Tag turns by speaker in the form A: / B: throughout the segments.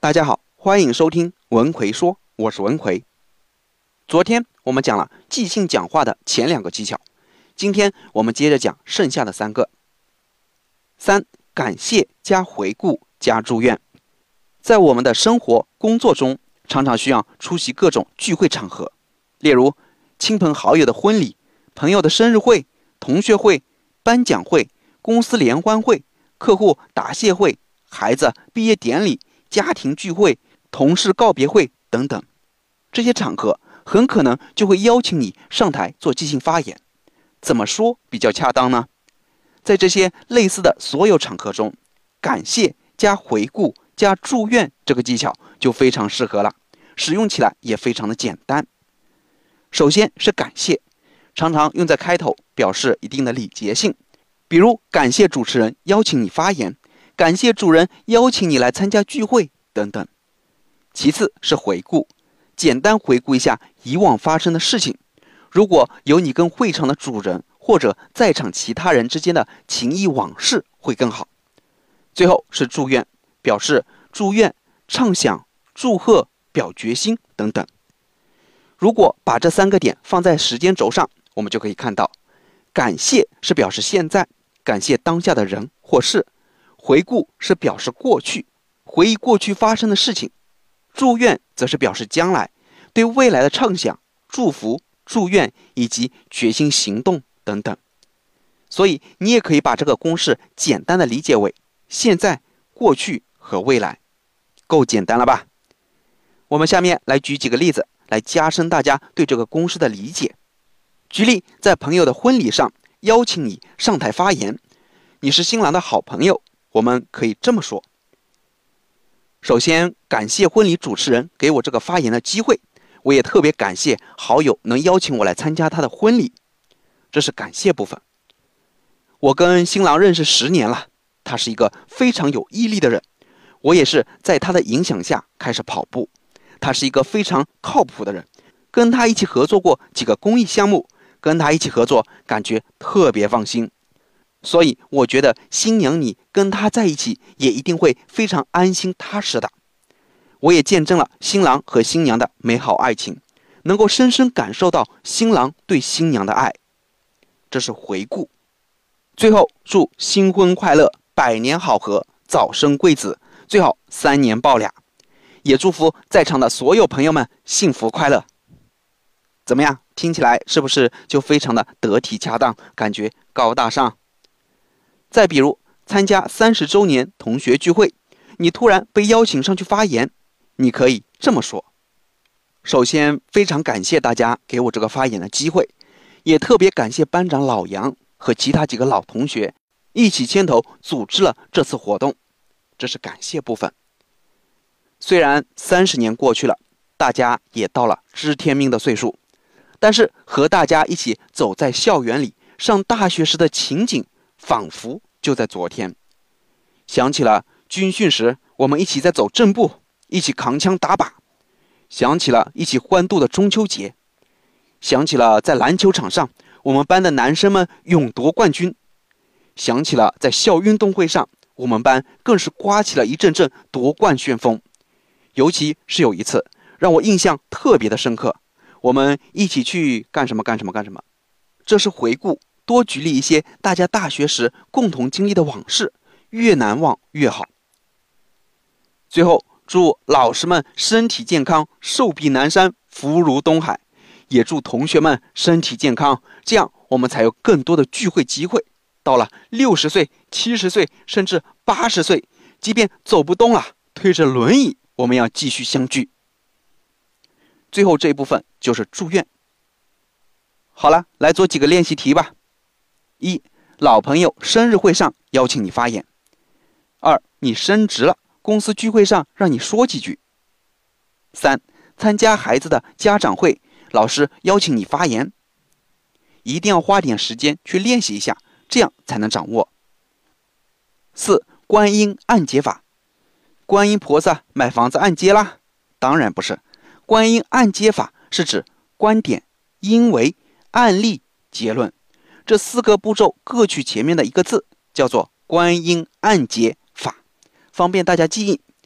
A: 大家好，欢迎收听文奎说，我是文奎。昨天我们讲了即兴讲话的前2个技巧，今天我们接着讲剩下的3个。3. 感谢加回顾加祝愿。在我们的生活、工作中，常常需要出席各种聚会场合，例如亲朋好友的婚礼、朋友的生日会、同学会、颁奖会、公司联欢会、客户答谢会、孩子毕业典礼、家庭聚会、同事告别会等等。这些场合很可能就会邀请你上台做即兴发言。怎么说比较恰当呢？在这些类似的所有场合中，感谢加回顾加祝愿这个技巧就非常适合了，使用起来也非常的简单。首先是感谢，常常用在开头，表示一定的礼节性，比如感谢主持人邀请你发言，感谢主人邀请你来参加聚会等等。其次是回顾，简单回顾一下以往发生的事情，如果有你跟会场的主人或者在场其他人之间的情谊往事会更好。最后是祝愿，表示祝愿、畅想、祝贺、表决心等等。如果把这3个点放在时间轴上，我们就可以看到，感谢是表示现在，感谢当下的人或事；回顾是表示过去，回忆过去发生的事情；祝愿则是表示将来，对未来的畅想、祝福、祝愿以及决心行动等等。所以你也可以把这个公式简单的理解为现在、过去和未来，够简单了吧？我们下面来举几个例子，来加深大家对这个公式的理解。举例，在朋友的婚礼上邀请你上台发言，你是新郎的好朋友，我们可以这么说：首先，感谢婚礼主持人给我这个发言的机会，我也特别感谢好友能邀请我来参加他的婚礼，这是感谢部分。我跟新郎认识10年了，他是一个非常有毅力的人，我也是在他的影响下开始跑步，他是一个非常靠谱的人，跟他一起合作过几个公益项目，跟他一起合作感觉特别放心，所以我觉得新娘你跟他在一起也一定会非常安心踏实的。我也见证了新郎和新娘的美好爱情，能够深深感受到新郎对新娘的爱。这是回顾。最后祝新婚快乐，百年好合，早生贵子，最好3年抱俩。也祝福在场的所有朋友们幸福快乐。怎么样？听起来是不是就非常的得体恰当，感觉高大上？再比如参加30周年同学聚会，你突然被邀请上去发言，你可以这么说：首先非常感谢大家给我这个发言的机会，也特别感谢班长老杨和其他几个老同学一起牵头组织了这次活动，这是感谢部分。虽然30年过去了，大家也到了知天命的岁数，但是和大家一起走在校园里上大学时的情景仿佛就在昨天。想起了军训时我们一起在走正步，一起扛枪打靶，想起了一起欢度的中秋节，想起了在篮球场上我们班的男生们勇夺冠军，想起了在校运动会上我们班更是刮起了一阵阵夺冠旋风。尤其是有一次让我印象特别的深刻，我们一起去干什么，这是回顾，多举例一些大家大学时共同经历的往事，越难忘越好。最后祝老师们身体健康，寿比南山，福如东海，也祝同学们身体健康，这样我们才有更多的聚会机会。到了60岁、70岁，甚至80岁，即便走不动了，推着轮椅，我们要继续相聚。最后这一部分就是祝愿。好了，来做几个练习题吧。1. 老朋友生日会上邀请你发言。2. 你升职了，公司聚会上让你说几句。3. 参加孩子的家长会，老师邀请你发言。一定要花点时间去练习一下，这样才能掌握。4. 观音按揭法。观音菩萨买房子按揭啦？当然不是，观音按揭法是指观点、因为、案例、结论这4个步骤各取前面的一个字，叫做观音按揭法，方便大家记忆。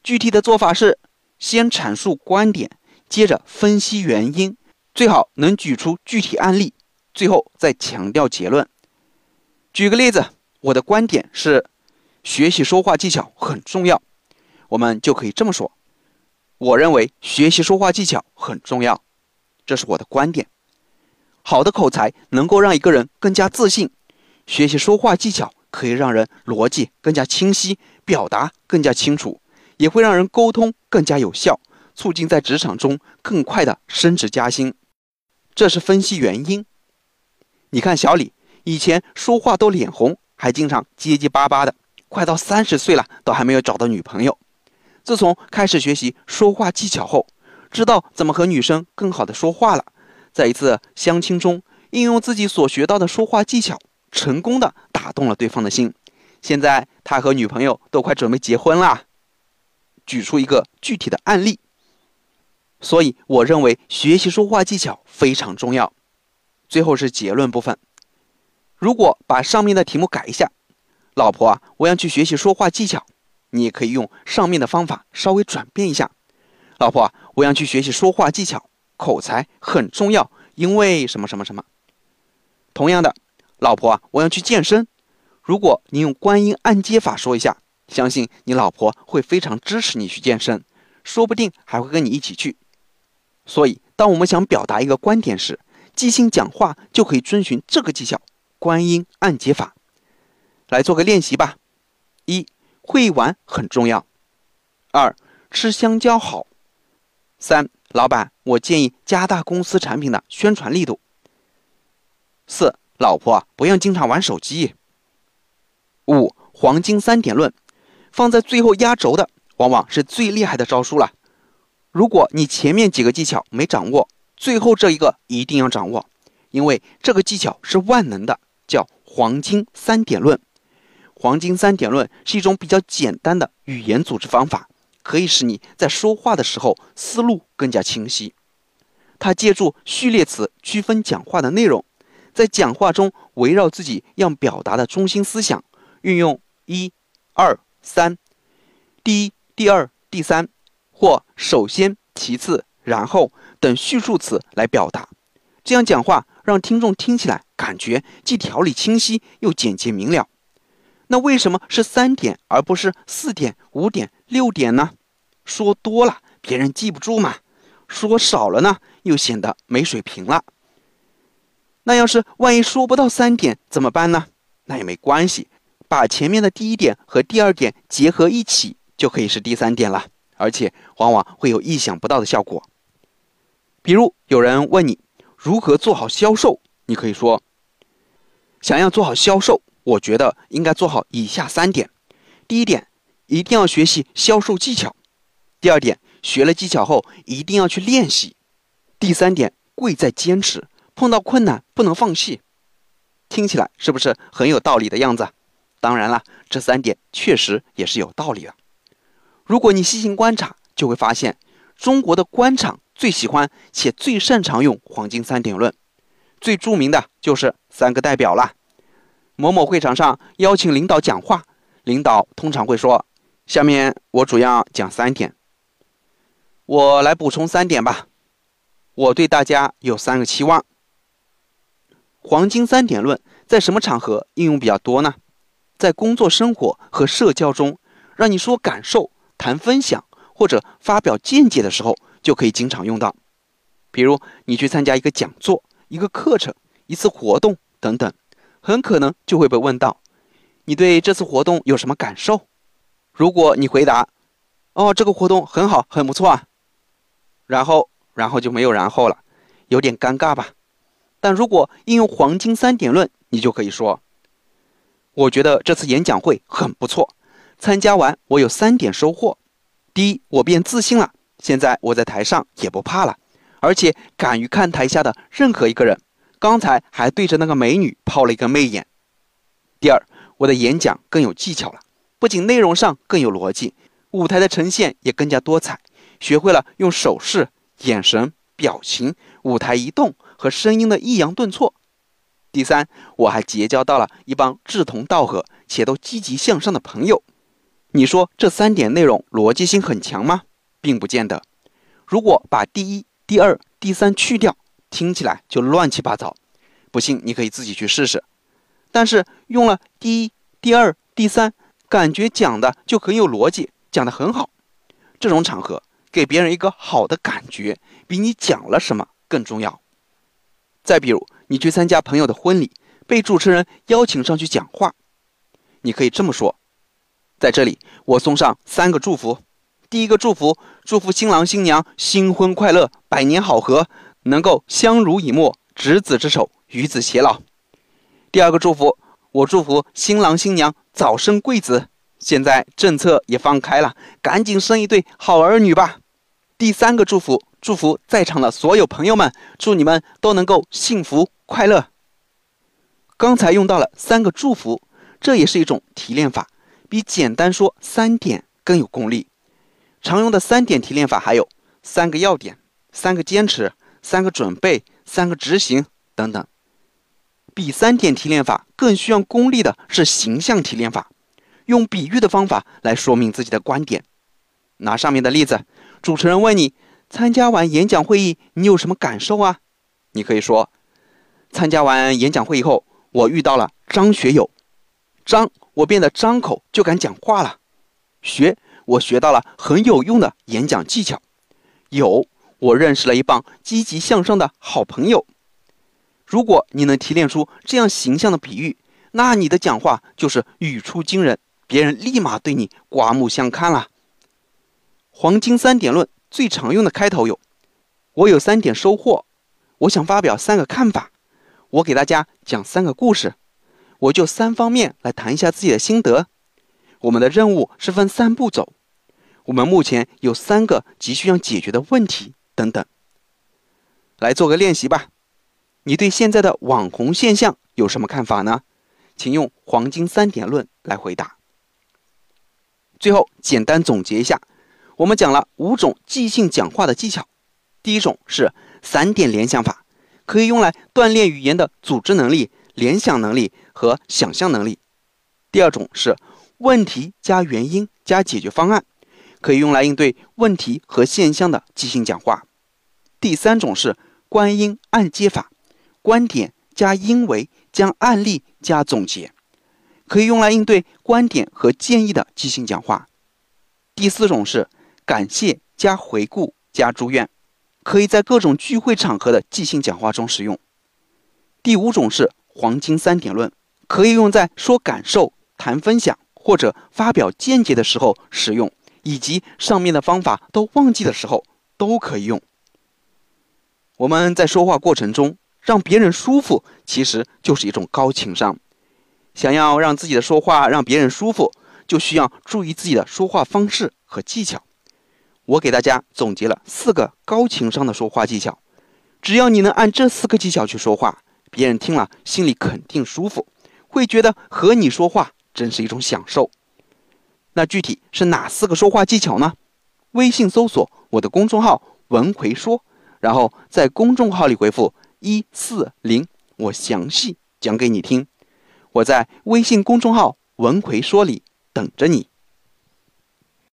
A: 具体的做法是，先阐述观点，接着分析原因，最好能举出具体案例，最后再强调结论。举个例子，我的观点是，学习说话技巧很重要。我们就可以这么说：我认为学习说话技巧很重要，这是我的观点。好的口才能够让一个人更加自信，学习说话技巧可以让人逻辑更加清晰，表达更加清楚，也会让人沟通更加有效，促进在职场中更快的升职加薪。这是分析原因。你看小李以前说话都脸红，还经常结结巴巴的，快到30岁了都还没有找到女朋友。自从开始学习说话技巧后，知道怎么和女生更好的说话了，在一次相亲中应用自己所学到的说话技巧，成功的打动了对方的心。现在他和女朋友都快准备结婚了。举出一个具体的案例。所以我认为学习说话技巧非常重要。最后是结论部分。如果把上面的题目改一下，老婆啊，我要去学习说话技巧，你也可以用上面的方法稍微转变一下。老婆啊，我要去学习说话技巧，口才很重要，因为什么什么什么。同样的，老婆啊，我要去健身。如果你用观音按揭法说一下，相信你老婆会非常支持你去健身，说不定还会跟你一起去。所以，当我们想表达一个观点时，即兴讲话就可以遵循这个技巧——观音按揭法。来做个练习吧。1. 会玩很重要。2. 吃香蕉好。3. 老板，我建议加大公司产品的宣传力度。4. 老婆，不要经常玩手机。5. 黄金3点论，放在最后压轴的，往往是最厉害的招数了。如果你前面几个技巧没掌握，最后这一个一定要掌握，因为这个技巧是万能的，叫黄金3点论。黄金3点论是一种比较简单的语言组织方法，可以使你在说话的时候思路更加清晰。它借助序列词区分讲话的内容，在讲话中围绕自己要表达的中心思想，运用1、2、3，第一、第二、第三，或首先、其次、然后等叙述词来表达。这样讲话让听众听起来感觉既条理清晰又简洁明了。那为什么是3点而不是4点、5点、6点呢？说多了别人记不住嘛，说少了呢又显得没水平了。那要是万一说不到3点怎么办呢？那也没关系，把前面的第1点和第2点结合一起，就可以是第3点了，而且往往会有意想不到的效果。比如有人问你如何做好销售，你可以说，想要做好销售，我觉得应该做好以下3点。第1点，一定要学习销售技巧。第2点，学了技巧后一定要去练习。第3点，贵在坚持，碰到困难不能放弃。听起来是不是很有道理的样子？当然了，这3点确实也是有道理的。如果你细心观察，就会发现中国的官场最喜欢且最擅长用黄金3点论，最著名的就是3个代表了。某某会场上邀请领导讲话，领导通常会说，下面我主要讲3点。我来补充3点吧。我对大家有3个期望。黄金3点论在什么场合应用比较多呢？在工作生活和社交中，让你说感受、谈分享或者发表见解的时候，就可以经常用到。比如你去参加一个讲座、一个课程、一次活动等等，很可能就会被问到，你对这次活动有什么感受？如果你回答，哦，这个活动很好，很不错啊，然后就没有然后了，有点尴尬吧。但如果应用黄金3点论，你就可以说，我觉得这次演讲会很不错，参加完我有3点收获。第一，我变自信了，现在我在台上也不怕了，而且敢于看台下的任何一个人，刚才还对着那个美女抛了一个媚眼。第二，我的演讲更有技巧了，不仅内容上更有逻辑，舞台的呈现也更加多彩，学会了用手势、眼神、表情、舞台移动和声音的抑扬顿挫。第三，我还结交到了一帮志同道合且都积极向上的朋友。 你说这3点内容逻辑性很强吗？并不见得。如果把第一、第二、第三去掉，听起来就乱七八糟。不信你可以自己去试试。但是用了第一、第二、第三，感觉讲的就很有逻辑，讲得很好。这种场合给别人一个好的感觉，比你讲了什么更重要。再比如，你去参加朋友的婚礼，被主持人邀请上去讲话，你可以这么说：在这里，我送上3个祝福。第一个祝福，祝福新郎新娘新婚快乐，百年好合，能够相濡以沫，执子之手，与子偕老。第二个祝福，我祝福新郎新娘早生贵子，现在政策也放开了，赶紧生一对好儿女吧。第3个祝福，祝福在场的所有朋友们，祝你们都能够幸福快乐。刚才用到了3个祝福，这也是一种提炼法，比简单说3点更有功力。常用的3点提炼法还有3个要点、3个坚持、3个准备、3个执行等等。比3点提炼法更需要功力的是形象提炼法，用比喻的方法来说明自己的观点。拿上面的例子，主持人问你，参加完演讲会议你有什么感受啊？你可以说，参加完演讲会议后，我遇到了张学友。张，我变得张口就敢讲话了。学，我学到了很有用的演讲技巧。友，我认识了一帮积极向上的好朋友。如果你能提炼出这样形象的比喻，那你的讲话就是语出惊人，别人立马对你刮目相看了。黄金3点论最常用的开头有：我有3点收获，我想发表3个看法，我给大家讲3个故事，我就3方面来谈一下自己的心得。我们的任务是分3步走，我们目前有3个急需要解决的问题等等。来做个练习吧。你对现在的网红现象有什么看法呢？请用黄金3点论来回答。最后简单总结一下，我们讲了5种即兴讲话的技巧。第一种是3点联想法，可以用来锻炼语言的组织能力、联想能力和想象能力。第二种是问题加原因加解决方案，可以用来应对问题和现象的即兴讲话。第三种是观因按接法，观点加因为加案例加总结，可以用来应对观点和建议的即兴讲话。第四种是感谢加回顾加祝愿，可以在各种聚会场合的即兴讲话中使用。第五种是黄金3点论，可以用在说感受、谈分享或者发表见解的时候使用，以及上面的方法都忘记的时候都可以用。我们在说话过程中让别人舒服，其实就是一种高情商。想要让自己的说话让别人舒服，就需要注意自己的说话方式和技巧。我给大家总结了4个高情商的说话技巧，只要你能按这4个技巧去说话，别人听了心里肯定舒服，会觉得和你说话真是一种享受。那具体是哪4个说话技巧呢？微信搜索我的公众号文奎说，然后在公众号里回复140，我详细讲给你听。我在微信公众号文奎说里等着你。